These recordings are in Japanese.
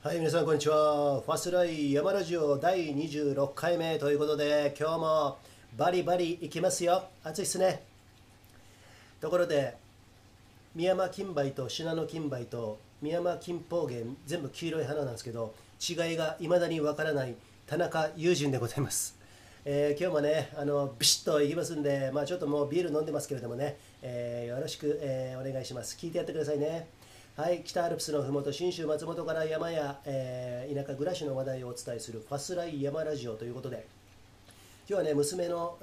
はい、皆さんこんにちは。ファスライ山ラジオ第26回目ということで、今日もバリバリいきますよ。暑いっすね。ところで、ミヤマキンバイとシナノキンバイとミヤマキンポウゲン、全部黄色い花なんですけど、違いが未だにわからない田中友人でございます。今日もね、ビシッといきますんで、ちょっともうビール飲んでますけれどもね、よろしく、お願いします。聞いてやってくださいね。はい、北アルプスのふもと信州松本から山や、田舎暮らしの話題をお伝えするファスライ山ラジオということで、今日はね娘の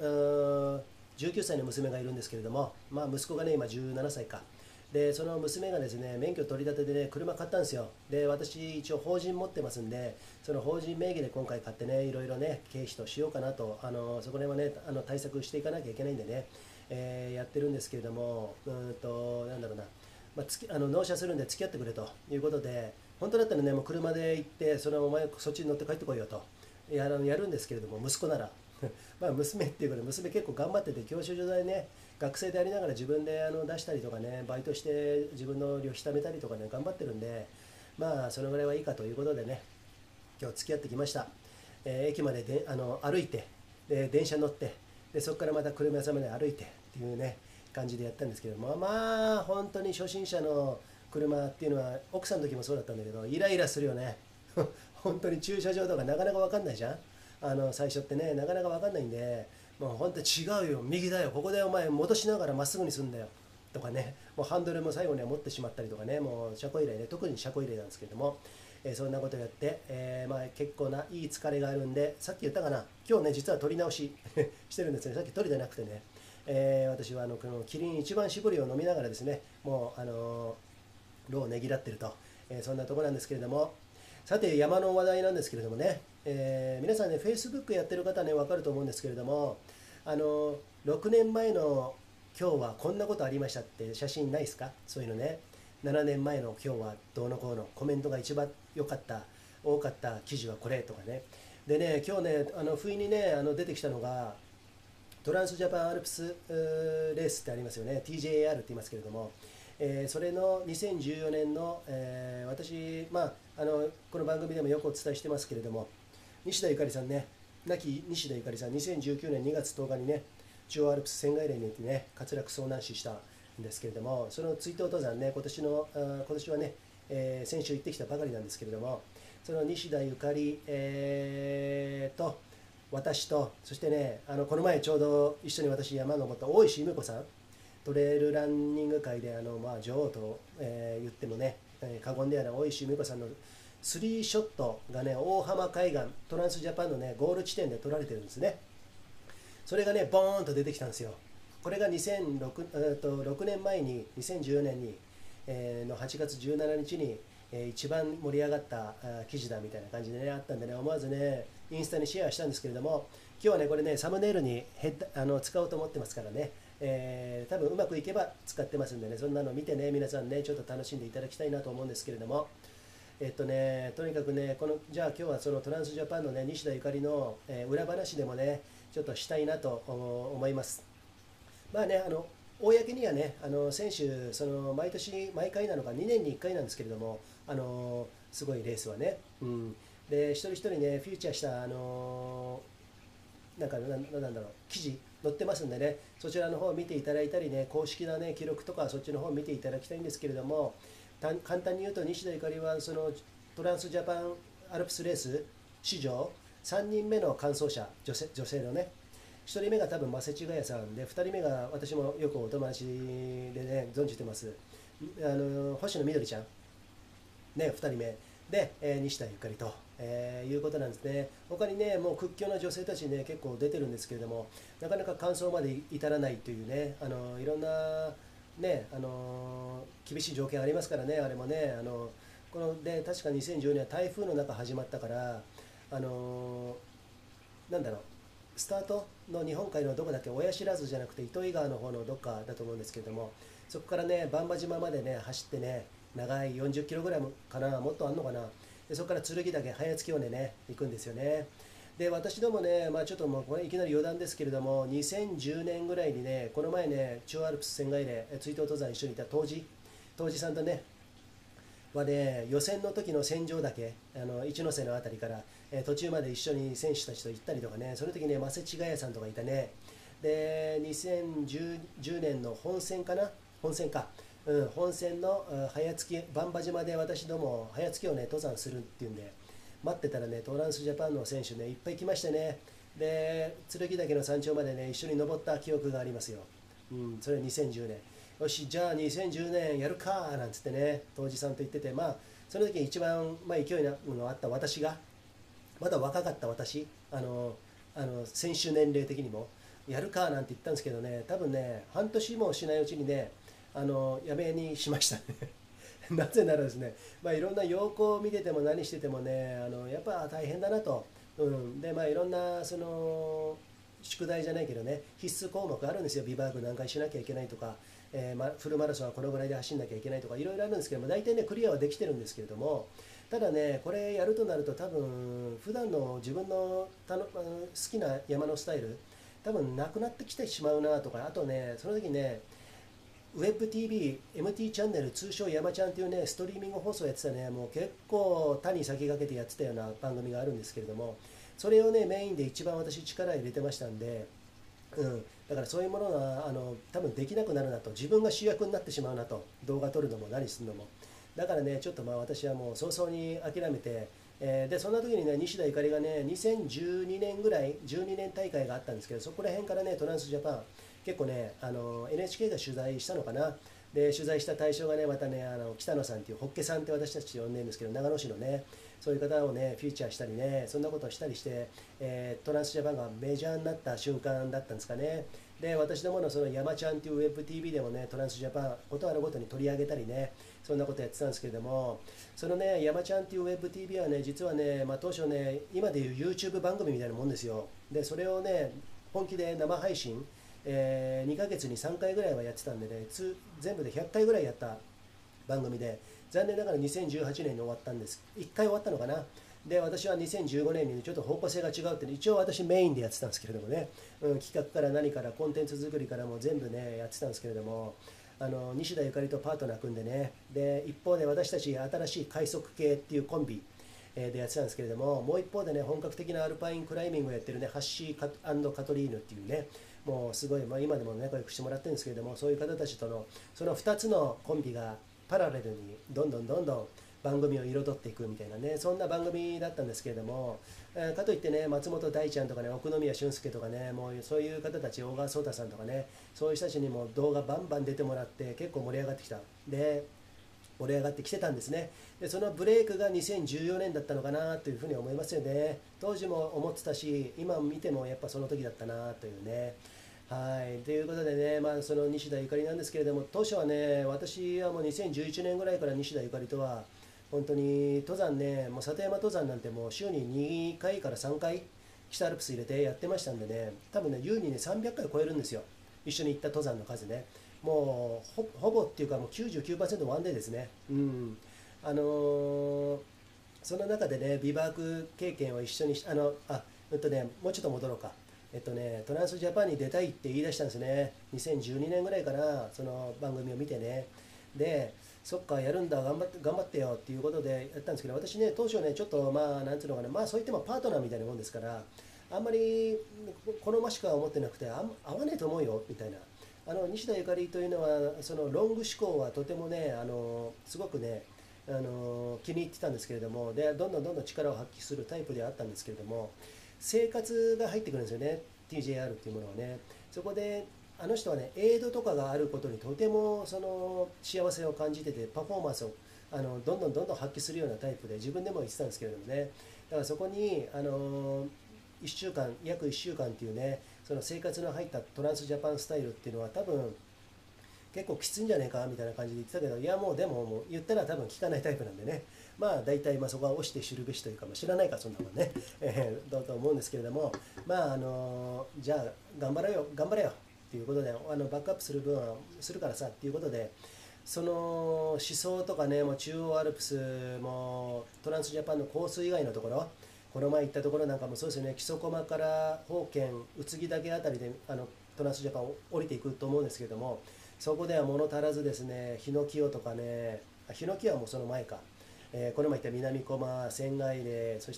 19歳の娘がいるんですけれども、息子がね今17歳かで、その娘がですね免許取り立てでね車買ったんですよ。で、私一応法人持ってますんで、その法人名義で今回買ってね、いろいろね経費としようかなと、そこら辺はね対策していかなきゃいけないんでね、やってるんですけれども、なんだろうな、納車するんで付き合ってくれということで、本当だったらねもう車で行って、お前そっちに乗って帰ってこいよとやるんですけれども、息子なら娘っていうかね、娘結構頑張ってて、教習所でね学生でありながら自分で出したりとかね、バイトして自分の旅費貯めたりとかね頑張ってるんで、そのぐらいはいいかということでね、今日付き合ってきました。駅まで歩いて、で電車乗って、でそこからまた車屋さんまで歩いてっていうね感じでやったんですけども、本当に初心者の車っていうのは、奥さんの時もそうだったんだけど、イライラするよね本当に駐車場とかなかなか分かんないじゃん。最初ってねなかなか分かんないんで、もう本当に違うよ、右だよ、ここでお前戻しながらまっすぐにすんだよとかね、もうハンドルも最後には持ってしまったりとかね、もう車庫入れね、特に車庫入れなんですけども、そんなことやって、結構ないい疲れがあるんで、さっき言ったかな、今日ね実は撮り直ししてるんですね。さっき撮りじゃなくてね、私はこのキリン一番搾りを飲みながらですね、もう労をねぎらってると、そんなところなんですけれども、さて山の話題なんですけれどもね、皆さんね Facebook やってる方はね分かると思うんですけれども、6年前の今日はこんなことありましたって写真ないですか？そういうのね。7年前の今日はどうのこうの、コメントが一番良かった多かった記事はこれとかね。でね、今日ね不意にね出てきたのが、トランスジャパンアルプスレースってありますよね、 TJAR って言いますけれども、それの2014年の、私、この番組でもよくお伝えしてますけれども、西田ゆかりさんね、亡き西田ゆかりさん、2019年2月10日にね、中央アルプス仙外連に行ってね、滑落遭難死したんですけれども、その追悼登山ね、今年はね、先週行ってきたばかりなんですけれども、その西田ゆかり、と、私と、そしてね、この前ちょうど一緒に私山登った大石由美子さん、トレイルランニング界で女王と、言ってもね、過言ではない大石由美子さんのスリーショットがね、大浜海岸トランスジャパンのねゴール地点で撮られてるんですね。それがねボーンと出てきたんですよ。これが2006、6年前に2014年に、の8月17日に、一番盛り上がった記事だみたいな感じでねあったんでね、思わずねインスタにシェアしたんですけれども、今日はねこれねサムネイルに使おうと思ってますからね、多分うまくいけば使ってますんでね、そんなの見てね皆さんねちょっと楽しんでいただきたいなと思うんですけれども、とにかくねじゃあ今日はそのトランスジャパンのね西田ゆかりの、裏話でもねちょっとしたいなと思います。公にはね選手毎年毎回なのか2年に1回なんですけれども、すごいレースはね、で一人一人ねフィーチャーした、なんだろう記事載ってますんでね、そちらの方を見ていただいたりね、公式なね記録とかそっちの方を見ていただきたいんですけれども、簡単に言うと西田ゆかりはそのトランスジャパンアルプスレース史上3人目の完走者、女性のね、1人目が多分マセチガヤさんで、2人目が私もよくお友達でね存じてます、星野みどりちゃんね、2人目で、西田ゆかりと、いうことなんですね。他にねもう屈強な女性たちね結構出てるんですけれども、なかなか完走まで至らないというね、いろんなね厳しい条件ありますからね、あれもねこので確か2010年は台風の中始まったから、なんだろう、スタートの日本海のどこだっけ、親知らずじゃなくて糸魚川の方のどっかだと思うんですけれども、そこからね番場島までね走ってね、長い40キロぐらいかな、もっとあんのかな。でそこから剣岳早月尾根ね行くんですよね。で私どもね、ちょっともうこれいきなり余談ですけれども、2010年ぐらいにね、この前ね中央アルプス仙外で追悼登山一緒にいた当時さんとね、 はね、予選の時の戦場だけ、一ノ瀬のあたりから、途中まで一緒に選手たちと行ったりとかね、その時ね、マセチガヤさんとかいたね。で、2010年の本戦かな、本戦か、本戦の早月、番場島で私ども、早月をね、登山するっていうんで、待ってたらね、トランスジャパンの選手ね、いっぱい来ましてね、で、剣岳の山頂までね、一緒に登った記憶がありますよ。それ2010年。よし、じゃあ2010年やるかなんつってね、当時さんと言ってて、まあ、その時に一番、勢いのあった私が、まだ若かった私、選手年齢的にも、やるかなんて言ったんですけどね、多分ね、半年もしないうちにね、やめにしましたね。なぜならですね、いろんな要項を見てても何しててもね、やっぱ大変だなと。で、いろんな、宿題じゃないけどね、必須項目あるんですよ。ビバーク何回しなきゃいけないとか、フルマラソンはこのぐらいで走んなきゃいけないとか、いろいろあるんですけども、大体ね、クリアはできてるんですけれども、ただね、これやるとなると多分、普段の自分の好きな山のスタイル、多分なくなってきてしまうなとか、あとね、その時ね、ウェブ TV、MT チャンネル、通称山ちゃんっていうね、ストリーミング放送やってたね、もう結構他に先駆けてやってたような番組があるんですけれども、それをね、メインで一番私力入れてましたんで、だからそういうものが多分できなくなるなと、自分が主役になってしまうなと、動画撮るのも何するのも。だからね、ちょっと私はもう早々に諦めて、で、そんな時にね、西田ゆかりがね、2012年ぐらい、12年大会があったんですけど、そこら辺からね、トランスジャパン、結構ね、NHK が取材したのかな。で、取材した対象がね、またね、北野さんっていう、ホッケさんって私たち呼んでるんですけど、長野市のね、そういう方をね、フィーチャーしたりね、そんなことをしたりして、トランスジャパンがメジャーになった瞬間だったんですかね。で、私どものその山ちゃんっていうウェブ TV でもね、トランスジャパン、ことあるごとに取り上げたりね、そんなことやってたんですけれども、そのね、山ちゃんっていうウェブ TV はね、実はね、当初ね、今でいう YouTube 番組みたいなもんですよ。で、それをね、本気で生配信、2ヶ月に3回ぐらいはやってたんでね、全部で100回ぐらいやった番組で、残念ながら2018年に終わったんです。1回終わったのかな。で、私は2015年にちょっと方向性が違うって、一応私メインでやってたんですけれどもね、企画から何からコンテンツ作りからも全部ね、やってたんですけれども、西田ゆかりとパートナー組んでね、で、一方で私たち新しい快速系っていうコンビ、でやってたんですけれども、もう一方でね、本格的なアルパインクライミングをやってるね、ハッシーカトリーヌっていうね、もうすごい、今でも仲良くしてもらってるんですけれども、そういう方たちとの、その2つのコンビがパラレルにどんどん番組を彩っていくみたいなね、そんな番組だったんですけれども、かといってね、松本大ちゃんとかね、奥宮俊介とかね、もうそういう方たち、小川颯太さんとかね、そういう人たちにも動画バンバン出てもらって、結構盛り上がってきた。で、盛り上がってきてたんですね。で、そのブレイクが2014年だったのかなというふうに思いますよね。当時も思ってたし、今見てもやっぱその時だったなというね。はい、ということでね、その西田ゆかりなんですけれども、当初はね、私はもう2011年ぐらいから西田ゆかりとは、本当に登山ね、もう里山登山なんてもう週に2回から3回、北アルプス入れてやってましたんでね、多分ね、優にね、300回超えるんですよ、一緒に行った登山の数ね。もうほぼっていうか、もう 99% ワンデーですね。あのーその中でね、ビバーク経験を一緒にもうちょっと戻ろうか。トランスジャパンに出たいって言い出したんですね。2012年ぐらいからその番組を見てね。で、そっか、やるんだ、頑張ってよっていうことでやったんですけど、私ね、当初ね、ちょっとなんていうのかな、そう言ってもパートナーみたいなもんですから、あんまり好ましくは思ってなくて、合わねえと思うよみたいな。西田ゆかりというのは、そのロング思考はとてもね、すごくね、気に入ってたんですけれども、でどんどん力を発揮するタイプではあったんですけれども、生活が入ってくるんですよね、 TJR っていうものはね。そこであの人はね、エイドとかがあることにとてもその幸せを感じてて、パフォーマンスをどんどん発揮するようなタイプで、自分でも言ってたんですけれどもね。だからそこに約1週間っていうね、その生活の入ったトランスジャパンスタイルっていうのは多分結構きついんじゃねえかみたいな感じで言ってたけど、いやもうでももう言ったら多分聞かないタイプなんでね、大体そこは押して知るべしというか、知らないかそんなもんね、だと思うんですけれども、じゃあ頑張れよっていうことで、バックアップする分はするからさっていうことで、その思想とかね、もう中央アルプスもトランスジャパンのコース以外のところ、この前行ったところなんかもそうですよね、木曽駒から宝剣宇津木岳あたりでトランスジャパンを降りていくと思うんですけれども、そこでは物足らずですね、ヒノキオとかね、 ヒノキはもうその前か、この前言った南駒、仙外で、そして、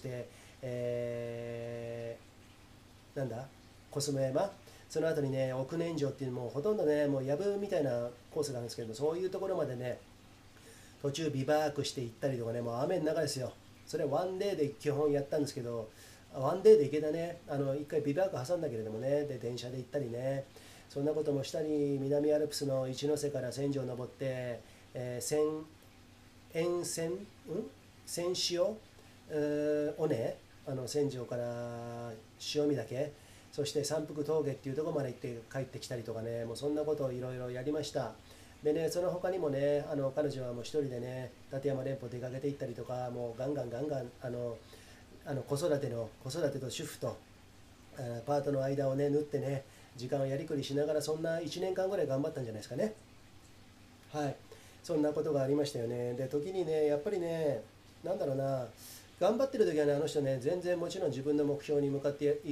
なんだ、コスモ山、その後にね、奥年城っていうもうほとんどね、もう藪みたいなコースがあるんですけども、そういうところまでね、途中ビバークして行ったりとかね、もう雨の中ですよ。それワンデーで基本やったんですけど、ワンデーで行けたね、一回ビバーク挟んだけれどもね、で、電車で行ったりね、そんなこともしたり、南アルプスの一ノ瀬から千条登って、沿線、千潮、尾根、千条から塩見岳、そして山腹峠っていうところまで行って帰ってきたりとかね、もうそんなことをいろいろやりました。でね、その他にもね、彼女はもう一人でね、立山連峰出かけて行ったりとか、もうガンガンガンガン、子育てと主婦とパートの間をね、縫ってね、時間をやりくりしながら、そんな1年間ぐらい頑張ったんじゃないですかね。はい。そんなことがありましたよね。で、時にね、やっぱりね、なんだろうな、頑張ってる時はね、あの人ね、全然もちろん自分の目標に向かっていって、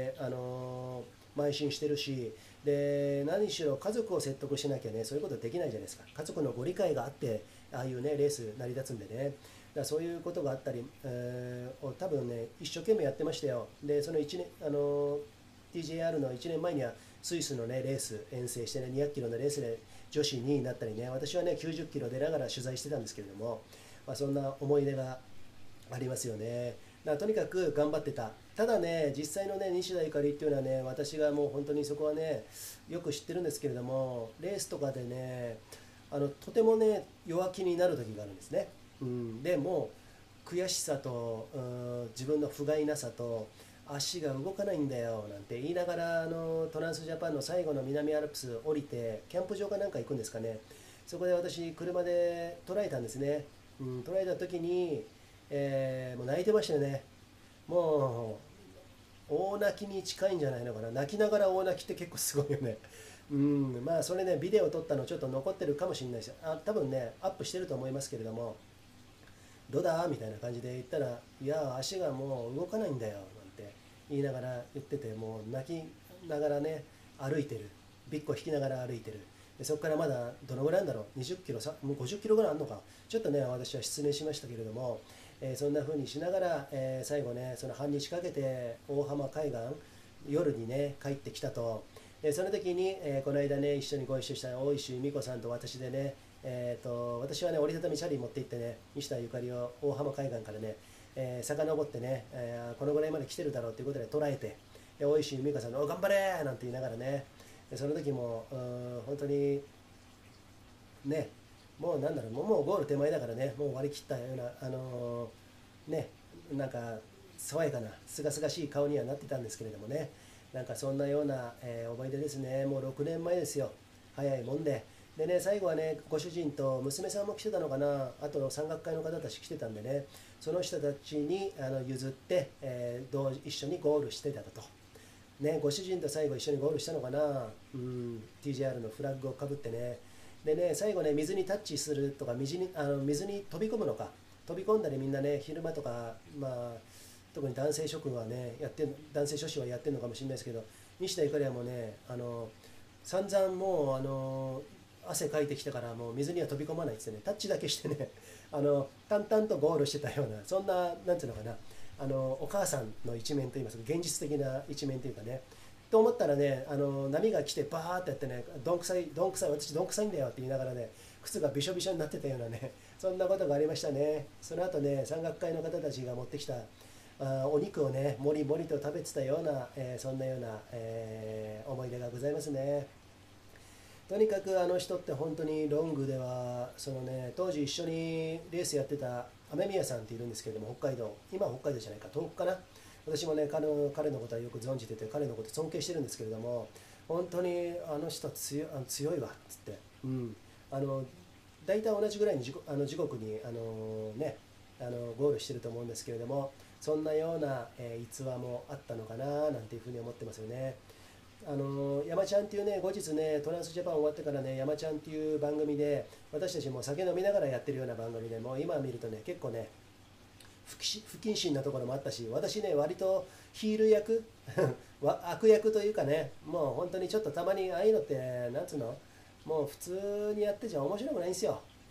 邁進してるし、で、何しろ家族を説得しなきゃね、そういうことできないじゃないですか。家族のご理解があって、ああいうね、レース成り立つんでね。だからそういうことがあったり、多分ね、一生懸命やってましたよ。で、その1年、TJR の1年前にはスイスのね、レース遠征してね、200キロのレースで女子2位になったりね、私はね、90キロ出ながら取材してたんですけれども、そんな思い出がありますよね。だからとにかく頑張ってた。ただね、実際のね、西田ゆかりっていうのはね、私がもう本当にそこはね、よく知ってるんですけれども、レースとかでね、とてもね、弱気になる時があるんですね。でもう悔しさと、自分の不甲斐なさと、足が動かないんだよなんて言いながらトランスジャパンの最後の南アルプス降りてキャンプ場かなんか行くんですかね。そこで私車で捉えたんですね。捉えた時に、もう泣いてましたよね。もう大泣きに近いんじゃないのかな。泣きながら大泣きって結構すごいよね。まあそれね、ビデオ撮ったのちょっと残ってるかもしれないですよ。多分ねアップしてると思いますけれども、どうだみたいな感じで言ったら、いや足がもう動かないんだよなんて言いながら言ってて、もう泣きながらね歩いてる、ビッコ引きながら歩いてる。でそこからまだどのぐらいなんだろう、20キロさ、もう50キロぐらいあるのか、ちょっとね私は失礼しましたけれども、そんな風にしながら、最後ねその半日かけて大浜海岸夜にね帰ってきたと。その時に、この間ね一緒にご一緒した大石由美子さんと私でね、私はね折りたたみ車輪持って行ってね、西田ゆかりを大浜海岸からね、遡ってね、このぐらいまで来てるだろうということで捉えて、大石由美子さんの「お頑張れ!」なんて言いながらね、その時も本当にね、もうなんだろう、もうゴール手前だからね、もう割り切ったようなね、なんか爽やかなすがすがしい顔にはなってたんですけれどもね、なんかそんなような、思い出ですね。もう6年前ですよ。早いもんで。でね、最後はね、ご主人と娘さんも来てたのかな、あと山岳会の方たち来てたんでね、その人たちに譲って、一緒にゴールしてたと。ね、ご主人と最後一緒にゴールしたのかな、TJR のフラッグをかぶってね。でね、最後ね、水にタッチするとか、水に飛び込むのか、飛び込んだりみんなね、昼間とか、特に男性諸君はね、男性諸子はやってるのかもしれないですけど、西田ゆかりはもうね、散々もう、汗かいてきたから、もう水には飛び込まないってね、タッチだけしてね、淡々とゴールしてたような、そんな、なんていうのかな、お母さんの一面といいますか、現実的な一面というかね、と思ったらね、波が来てバーってやってね、どんくさい、どんくさい、私どんくさいんだよって言いながらね、靴がびしょびしょになってたようなね、そんなことがありましたね。その後ね、山岳会の方たちが持ってきたお肉をね、もりもりと食べてたような、そんなような、思い出がございますね。とにかくあの人って本当にロングでは、そのね、当時一緒にレースやってた雨宮さんっているんですけれども、北海道、今は北海道じゃないか、東北かな。私もね、彼のことはよく存じてて、彼のこと尊敬してるんですけれども、本当にあの人強いわっつって、大体同じぐらいに時刻にね、ゴールしてると思うんですけれども、そんなような、逸話もあったのかななんていうふうに思ってますよね。山ちゃんっていうね、後日ね、トランスジャパン終わってからね、山ちゃんっていう番組で、私たちも酒飲みながらやってるような番組で、もう今見るとね、結構ね、不謹慎なところもあったし、私ね、割とヒール役悪役というかね、もう本当にちょっとたまにああいうのって、なんつうの、もう普通にやってちゃ面白くないんですよ。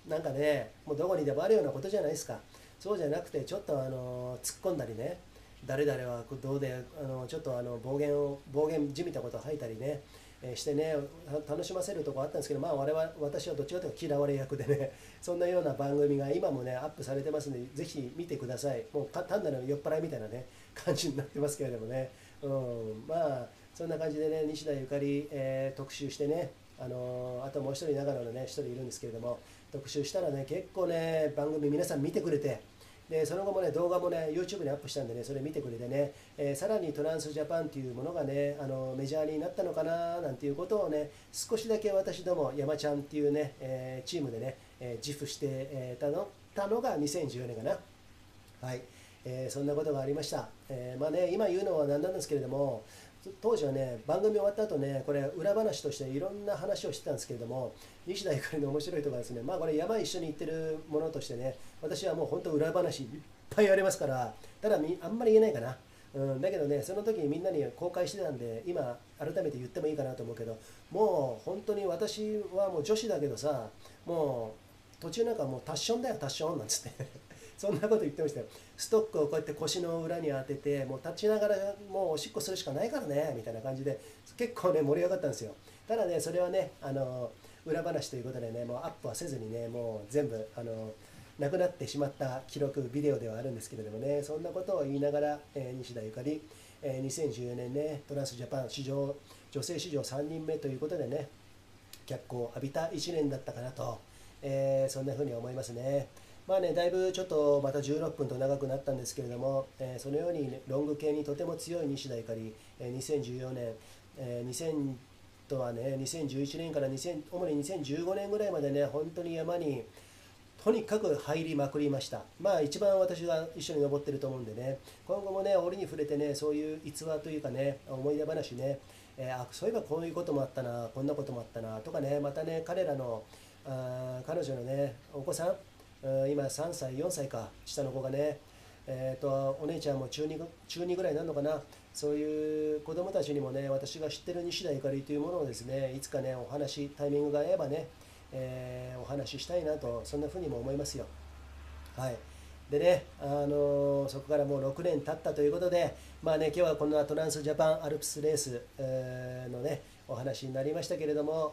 なんかね、もうどこにでもあるようなことじゃないですか。そうじゃなくて、ちょっと突っ込んだりね、誰々はどうで、ちょっと暴言じみたことを吐いたりね、してね、楽しませるとこあったんですけど、まあ私はどっちかというと嫌われ役でね、そんなような番組が今もね、アップされてますので、ぜひ見てください。もう単なる酔っ払いみたいなね、感じになってますけれどもね、まあ、そんな感じでね、西田ゆかり、特集してね、あともう一人長野のね、一人いるんですけれども、特集したらね、結構ね、番組皆さん見てくれて、でその後もね、動画もね、YouTube にアップしたんでね、それ見てくれてね、さらにトランスジャパンというものがね、メジャーになったのかななんていうことをね、少しだけ私ども、山ちゃんっていうね、チームでね、自負して、たのが2014年かな。はい、そんなことがありました。まあね、今言うのは何なんですけれども、当時はね、番組終わった後ね、これ裏話としていろんな話をしてたんですけれども、西田ゆかりの面白いところはですね、まあこれ山一緒に行ってるものとしてね、私はもう本当裏話いっぱいありますから、ただあんまり言えないかな。だけどね、その時にみんなに公開してたんで、今改めて言ってもいいかなと思うけど、もう本当に私はもう女子だけどさ、もう途中なんかもうタッションだよ、タッションなんつって。そんなこと言ってましたよ。ストックをこうやって腰の裏に当てて、もう立ちながらもうおしっこするしかないからねみたいな感じで、結構ね、盛り上がったんですよ。ただね、それはね、裏話ということでね、もうアップはせずにね、もう全部なくなってしまった記録ビデオではあるんですけれどもね、そんなことを言いながら、西田ゆかり、2014年ね、トランスジャパン女性史上3人目ということでね、脚光を浴びた1年だったかなと、そんな風に思いますね。まあね、だいぶちょっとまた16分と長くなったんですけれども、そのように、ね、ロング系にとても強い西田ゆかり、2014年、2000とはね、2011年から主に2015年ぐらいまでね、本当に山にとにかく入りまくりました。まあ一番私が一緒に登ってると思うんでね、今後もね、折に触れてね、そういう逸話というかね、思い出話ね、そういえばこういうこともあったな、こんなこともあったなとかね、またね、彼女のね、お子さん、今3歳、4歳か、下の子がね、お姉ちゃんも中2ぐらいになるのかな、そういう子供たちにもね、私が知ってる西田ゆかりというものをですね、いつかね、タイミングが合えばね、お話ししたいなと、そんなふうにも思いますよ。はい。でね、そこからもう6年経ったということで、まあね、今日はこのトランスジャパンアルプスレース、のね、お話になりましたけれども、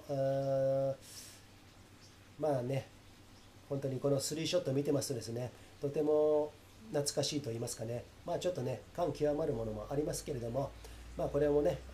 まあね、本当にこのスリーショットを見てますとですね、とても懐かしいと言いますかね、まあちょっとね、感極まるものもありますけれども、まあこれもね、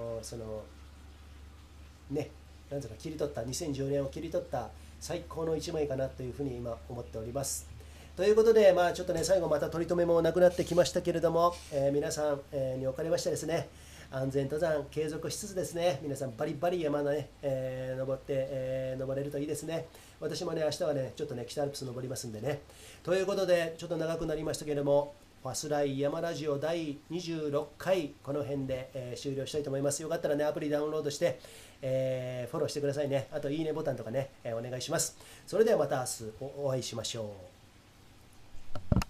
ね、なんとか切り取った、2010年を切り取った最高の一枚かなというふうに今思っております。ということで、まあちょっとね、最後また取り留めもなくなってきましたけれども、皆さん、におかれましてですね、安全登山継続しつつですね、皆さんバリバリ山のね、登れるといいですね。私もね、明日はね、ちょっとね、北アルプス登りますんでね。ということで、ちょっと長くなりましたけれども、ファスライ山ラジオ第26回、この辺で、終了したいと思います。よかったらね、アプリダウンロードして、フォローしてくださいね。あと、いいねボタンとかね、お願いします。それではまた明日お会いしましょう。